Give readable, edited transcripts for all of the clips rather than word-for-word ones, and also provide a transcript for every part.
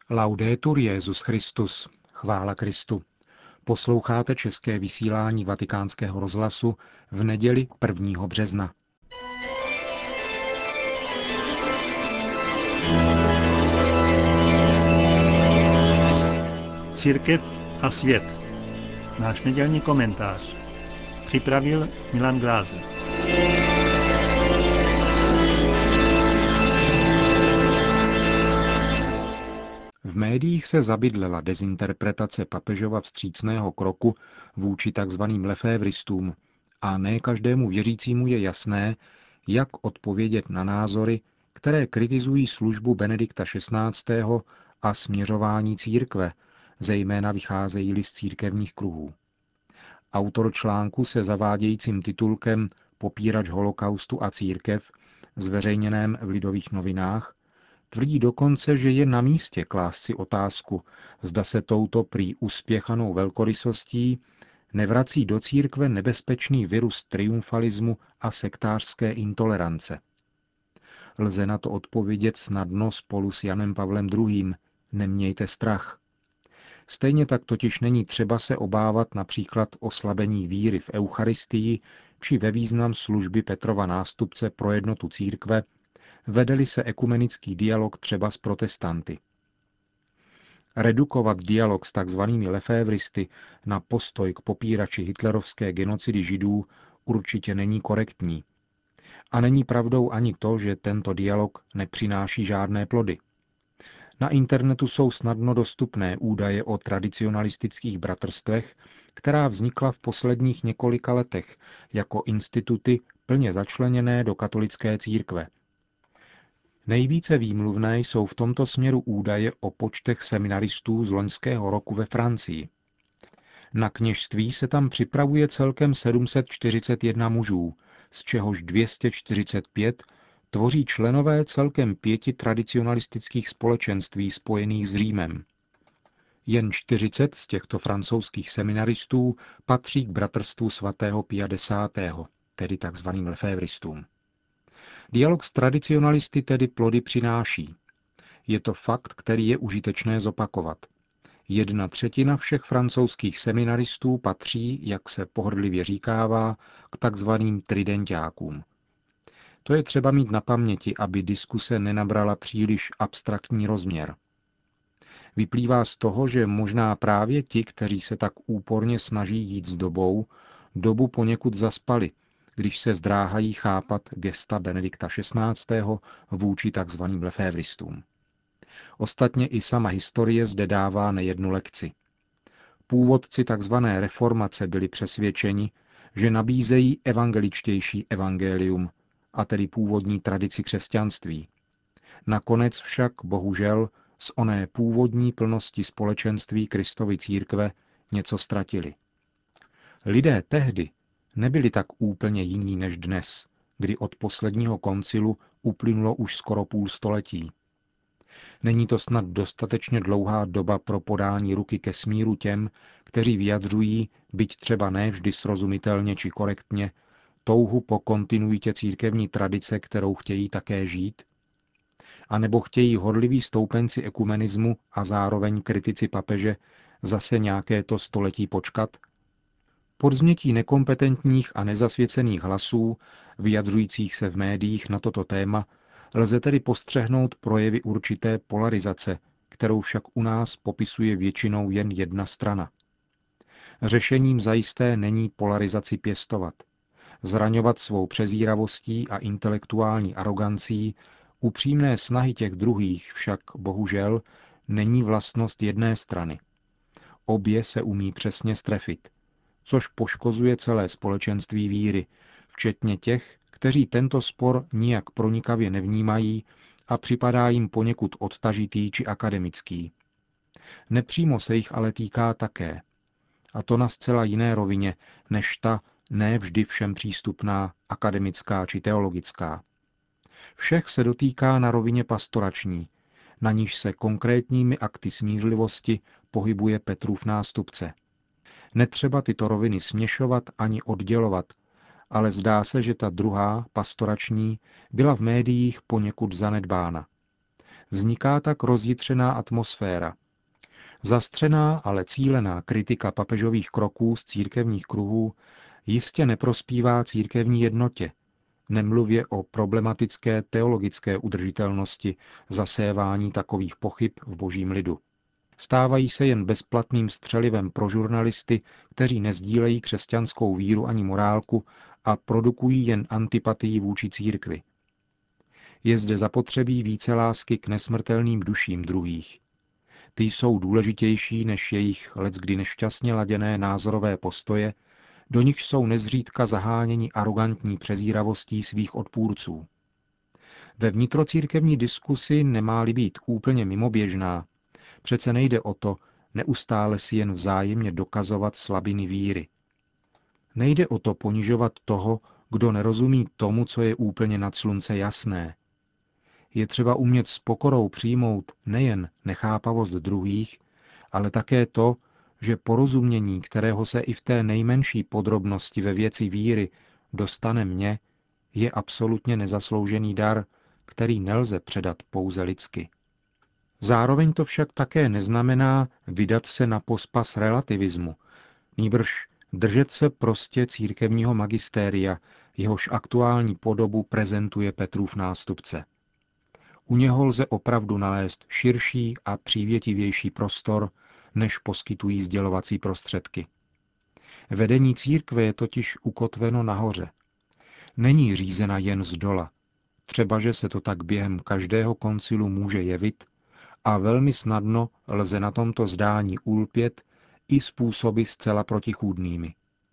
Laudetur Jesus Christus, chvála Kristu. Posloucháte české vysílání Vatikánského rozhlasu v neděli 1. března. Církev a svět. Náš nedělní komentář. Připravil Milan Glázer. V médiích se zabydlela dezinterpretace papežova vstřícného kroku vůči tzv. Lefévristům a ne každému věřícímu je jasné, jak odpovědět na názory, které kritizují službu Benedikta XVI. A směřování církve, zejména vycházejí-li z církevních kruhů. Autor článku se zavádějícím titulkem Popírač holokaustu a církev, zveřejněném v Lidových novinách, tvrdí dokonce, že je na místě klást si otázku, zda se touto prý uspěchanou velkorysostí nevrací do církve nebezpečný virus triumfalismu a sektářské intolerance. Lze na to odpovědět snadno spolu s Janem Pavlem II. Nemějte strach. Stejně tak totiž není třeba se obávat například oslabení víry v Eucharistii či ve význam služby Petrova nástupce pro jednotu církve, vede-li se ekumenický dialog třeba s protestanty. Redukovat dialog s takzvanými lefévristy na postoj k popírači hitlerovské genocidy Židů určitě není korektní. A není pravdou ani to, že tento dialog nepřináší žádné plody. Na internetu jsou snadno dostupné údaje o tradicionalistických bratrstvech, která vznikla v posledních několika letech jako instituty plně začleněné do katolické církve. Nejvíce výmluvné jsou v tomto směru údaje o počtech seminaristů z loňského roku ve Francii. Na kněžství se tam připravuje celkem 741 mužů, z čehož 245 tvoří členové celkem 5 tradicionalistických společenství spojených s Římem. Jen 40 z těchto francouzských seminaristů patří k bratrstvu svatého Pia X., tedy tzv. Lefévristům. Dialog s tradicionalisty tedy plody přináší. Je to fakt, který je užitečné zopakovat. 1/3 všech francouzských seminaristů patří, jak se pohrdlivě říkává, k takzvaným tridentiákům. To je třeba mít na paměti, aby diskuse nenabrala příliš abstraktní rozměr. Vyplývá z toho, že možná právě ti, kteří se tak úporně snaží jít s dobou, dobu poněkud zaspali, když se zdráhají chápat gesta Benedikta XVI. Vůči tzv. Lefévristům. Ostatně i sama historie zde dává nejednu lekci. Původci tzv. Reformace byli přesvědčeni, že nabízejí evangeličtější evangelium, a tedy původní tradici křesťanství. Nakonec však, bohužel, z oné původní plnosti společenství Kristovy církve něco ztratili. Lidé tehdy nebyli tak úplně jiní než dnes, kdy od posledního koncilu uplynulo už skoro půl století. Není to snad dostatečně dlouhá doba pro podání ruky ke smíru těm, kteří vyjadřují, byť třeba ne vždy srozumitelně či korektně, touhu po kontinuitě církevní tradice, kterou chtějí také žít? A nebo chtějí horliví stoupenci ekumenismu a zároveň kritici papeže zase nějaké to století počkat? Pod změtí nekompetentních a nezasvěcených hlasů, vyjadřujících se v médiích na toto téma, lze tedy postřehnout projevy určité polarizace, kterou však u nás popisuje většinou jen jedna strana. Řešením zajisté není polarizaci pěstovat. Zraňovat svou přezíravostí a intelektuální arogancí upřímné snahy těch druhých však, bohužel, není vlastnost jedné strany. Obě se umí přesně strefit, což poškozuje celé společenství víry, včetně těch, kteří tento spor nijak pronikavě nevnímají a připadá jim poněkud odtažitý či akademický. Nepřímo se jich ale týká také. A to na zcela jiné rovině, než ta ne vždy všem přístupná akademická či teologická. Všech se dotýká na rovině pastorační, na níž se konkrétními akty smířlivosti pohybuje Petrův nástupce. Netřeba tyto roviny směšovat ani oddělovat, ale zdá se, že ta druhá, pastorační, byla v médiích poněkud zanedbána. Vzniká tak rozjitřená atmosféra. Zastřená, ale cílená kritika papežových kroků z církevních kruhů jistě neprospívá církevní jednotě, nemluvě o problematické teologické udržitelnosti zasévání takových pochyb v božím lidu. Stávají se jen bezplatným střelivem pro žurnalisty, kteří nezdílejí křesťanskou víru ani morálku a produkují jen antipatii vůči církvi. Je zde zapotřebí více lásky k nesmrtelným duším druhých. Ty jsou důležitější než jejich leckdy nešťastně laděné názorové postoje, do nich jsou nezřídka zaháněni arrogantní přezíravostí svých odpůrců. Ve vnitrocírkevní diskusi nemá-li být úplně mimoběžná, přece nejde o to neustále si jen vzájemně dokazovat slabiny víry. Nejde o to ponižovat toho, kdo nerozumí tomu, co je úplně nad slunce jasné. Je třeba umět s pokorou přijmout nejen nechápavost druhých, ale také to, že porozumění, kterého se i v té nejmenší podrobnosti ve věci víry dostane mně, je absolutně nezasloužený dar, který nelze předat pouze lidsky. Zároveň to však také neznamená vydat se na pospas relativismu, nýbrž držet se prostě církevního magistéria, jehož aktuální podobu prezentuje Petrův nástupce. U něho lze opravdu nalézt širší a přívětivější prostor, než poskytují sdělovací prostředky. Vedení církve je totiž ukotveno nahoře. Není řízena jen zdola, třebaže se to tak během každého koncilu může jevit a velmi snadno lze na tomto zdání ulpět i způsoby zcela protichůdnými.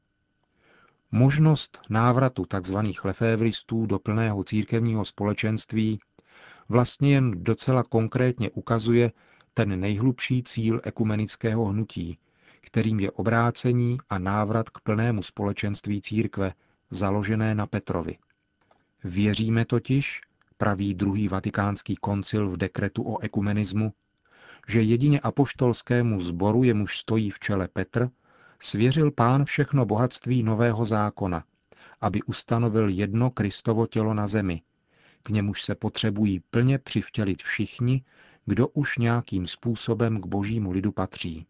Možnost návratu tzv. Lefévristů do plného církevního společenství vlastně jen docela konkrétně ukazuje ten nejhlubší cíl ekumenického hnutí, kterým je obrácení a návrat k plnému společenství církve, založené na Petrovi. Věříme totiž, praví druhý vatikánský koncil v dekretu o ekumenismu, že jedině apoštolskému sboru, jemuž stojí v čele Petr, svěřil Pán všechno bohatství nového zákona, aby ustanovil jedno Kristovo tělo na zemi, k němuž se potřebují plně přivtělit všichni, kdo už nějakým způsobem k božímu lidu patří.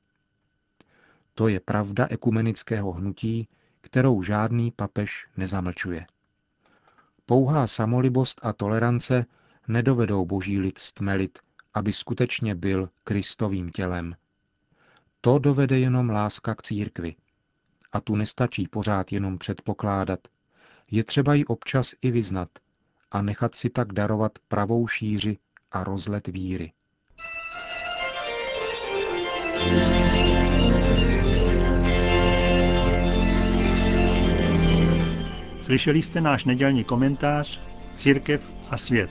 To je pravda ekumenického hnutí, kterou žádný papež nezamlčuje. Pouhá samolibost a tolerance nedovedou boží lid stmelit, aby skutečně byl Kristovým tělem. To dovede jenom láska k církvi. A tu nestačí pořád jenom předpokládat. Je třeba ji občas i vyznat a nechat si tak darovat pravou šíři a rozlet víry. Slyšeli jste náš nedělní komentář Církev a svět.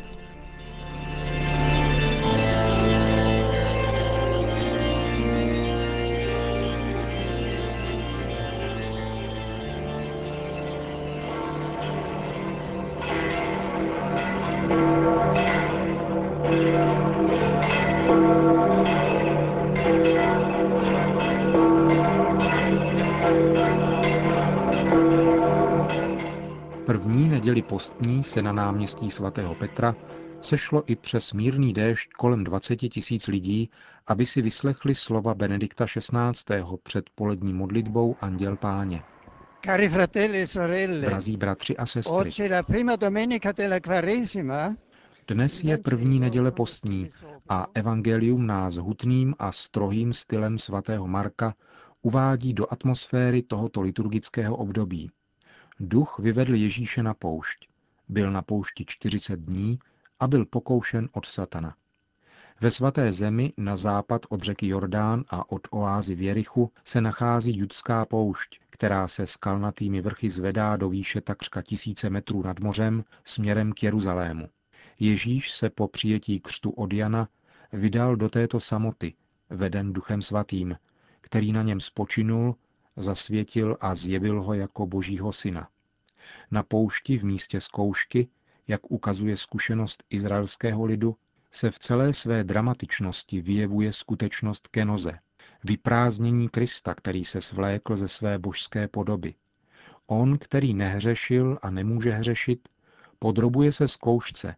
První neděli postní se na náměstí svatého Petra sešlo i přes mírný déšť kolem 20 000 lidí, aby si vyslechli slova Benedikta XVI. Před polední modlitbou Anděl Páně. Cari fratelli e sorelle, Drazí bratři a sestry, oggi è la prima domenica della Quaresima. dnes je první neděle postní a evangelium nás hutným a strohým stylem svatého Marka uvádí do atmosféry tohoto liturgického období. Duch vyvedl Ježíše na poušť. Byl na poušti 40 dní a byl pokoušen od satana. Ve svaté zemi na západ od řeky Jordán a od oázy v Jerichu se nachází judská poušť, která se skalnatými vrchy zvedá do výše takřka 1000 metrů nad mořem směrem k Jeruzalému. Ježíš se po přijetí křtu od Jana vydal do této samoty, veden Duchem svatým, který na něm spočinul, zasvětil a zjevil ho jako Božího syna. Na poušti v místě zkoušky, jak ukazuje zkušenost izraelského lidu, se v celé své dramatičnosti vyjevuje skutečnost kenoze, vyprázdnění Krista, který se svlékl ze své božské podoby. On, který nehřešil a nemůže hřešit, podrobuje se zkoušce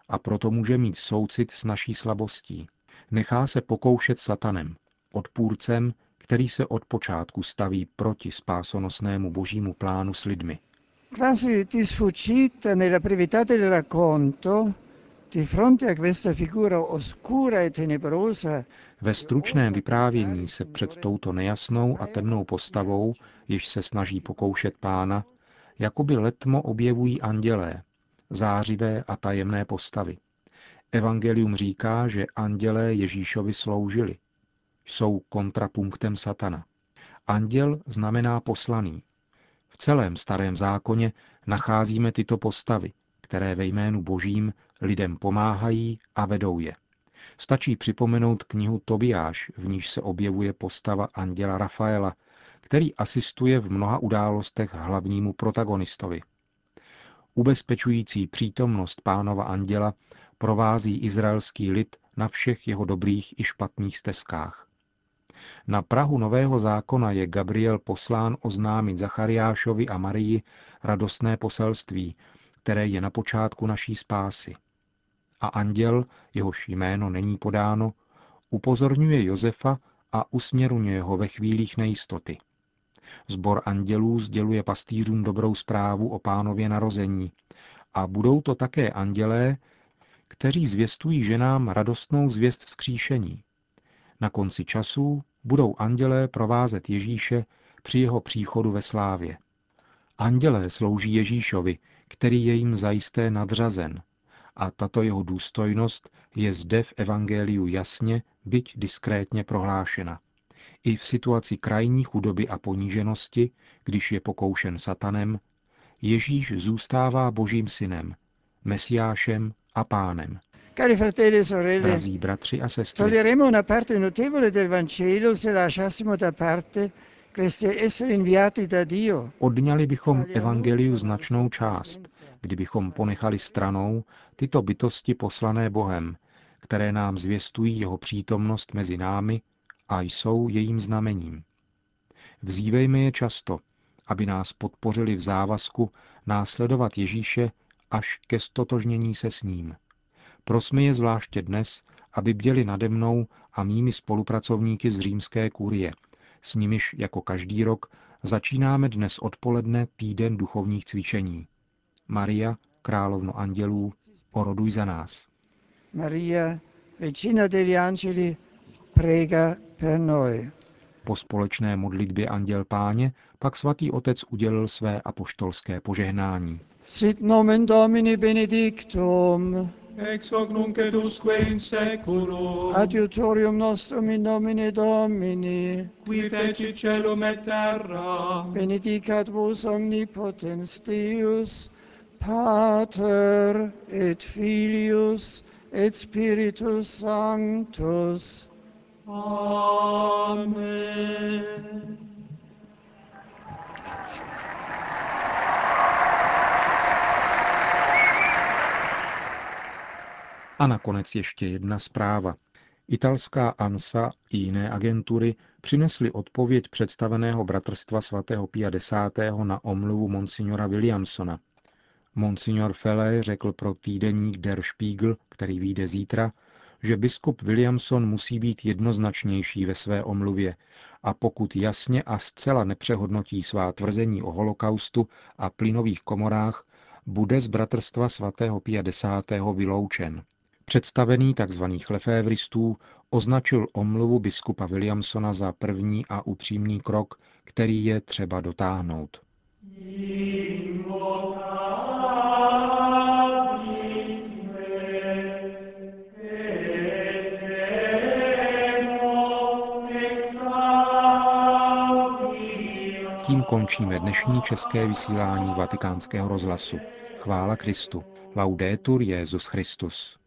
a proto může mít soucit s naší slabostí. Nechá se pokoušet satanem, odpůrcem, který se od počátku staví proti spásonosnému božímu plánu s lidmi. Quasi ti sfuggita nella brevità del racconto, di fronte a questa figura oscura e tenebrosa. Ve stručném vyprávění se před touto nejasnou a temnou postavou, jež se snaží pokoušet Pána, jakoby letmo objevují andělé, zářivé a tajemné postavy. Evangelium říká, že andělé Ježíšovi sloužili. Jsou kontrapunktem satana. Anděl znamená poslaný. V celém Starém zákoně nacházíme tyto postavy, které ve jménu Božím lidem pomáhají a vedou je. Stačí připomenout knihu Tobiáš, v níž se objevuje postava anděla Rafaela, který asistuje v mnoha událostech hlavnímu protagonistovi. Ubezpečující přítomnost Pánova anděla provází izraelský lid na všech jeho dobrých i špatných stezkách. Na prahu Nového zákona je Gabriel poslán oznámit Zachariášovi a Marii radostné poselství, které je na počátku naší spásy. A anděl, jehož jméno není podáno, upozorňuje Josefa a usměrňuje ho ve chvílích nejistoty. Sbor andělů sděluje pastýřům dobrou zprávu o Pánově narození a budou to také andělé, kteří zvěstují ženám radostnou zvěst vzkříšení. Na konci časů budou andělé provázet Ježíše při jeho příchodu ve slávě. Andělé slouží Ježíšovi, který je jim zajisté nadřazen, a tato jeho důstojnost je zde v evangeliu jasně, byť diskrétně prohlášena. I v situaci krajní chudoby a poníženosti, když je pokoušen satanem, Ježíš zůstává Božím synem, Mesiášem a Pánem. Cari fratelli e sorelle, Drazí bratři a sestry, toglieremo una parte notevole del Vangelo se lasciassimo da parte questi esseri inviati da Dio. odňali bychom evangeliu značnou část, kdybychom ponechali stranou tyto bytosti poslané Bohem, které nám zvěstují jeho přítomnost mezi námi a jsou jejím znamením. Vzívejme je často, aby nás podpořili v závazku následovat Ježíše až ke stotožnění se s ním. Prosme je zvláště dnes, aby bděli nade mnou a mými spolupracovníky z římské kurie, s nimiž jako každý rok začínáme dnes odpoledne týden duchovních cvičení. Maria, královno andělů, oroduj za nás. Maria, Regina degli Angeli, prega per noi. Po společné modlitbě Anděl Páně pak svatý otec udělil své apoštolské požehnání. Sit nomen Domini benedictum, Ex hoc nunc et usque in seculum, adiutorium nostrum in nomine Domini, qui fecit caelum et terra, benedicat vos omnipotens Deus, Pater et Filius et Spiritus Sanctus. Amen. A nakonec ještě jedna zpráva. Italská ANSA i jiné agentury přinesly odpověď představeného bratrstva svatého Pia X. na omluvu monsignora Williamsona. Monsignor Fele řekl pro týdeník Der Spiegel, který vyjde zítra, že biskup Williamson musí být jednoznačnější ve své omluvě a pokud jasně a zcela nepřehodnotí svá tvrzení o holokaustu a plynových komorách, bude z bratrstva svatého Pia X. vyloučen. Představený tzv. Lefévristů označil omluvu biskupa Williamsona za první a upřímný krok, který je třeba dotáhnout. Tím končíme dnešní české vysílání Vatikánského rozhlasu. Chvála Kristu. Laudetur Jesus Christus.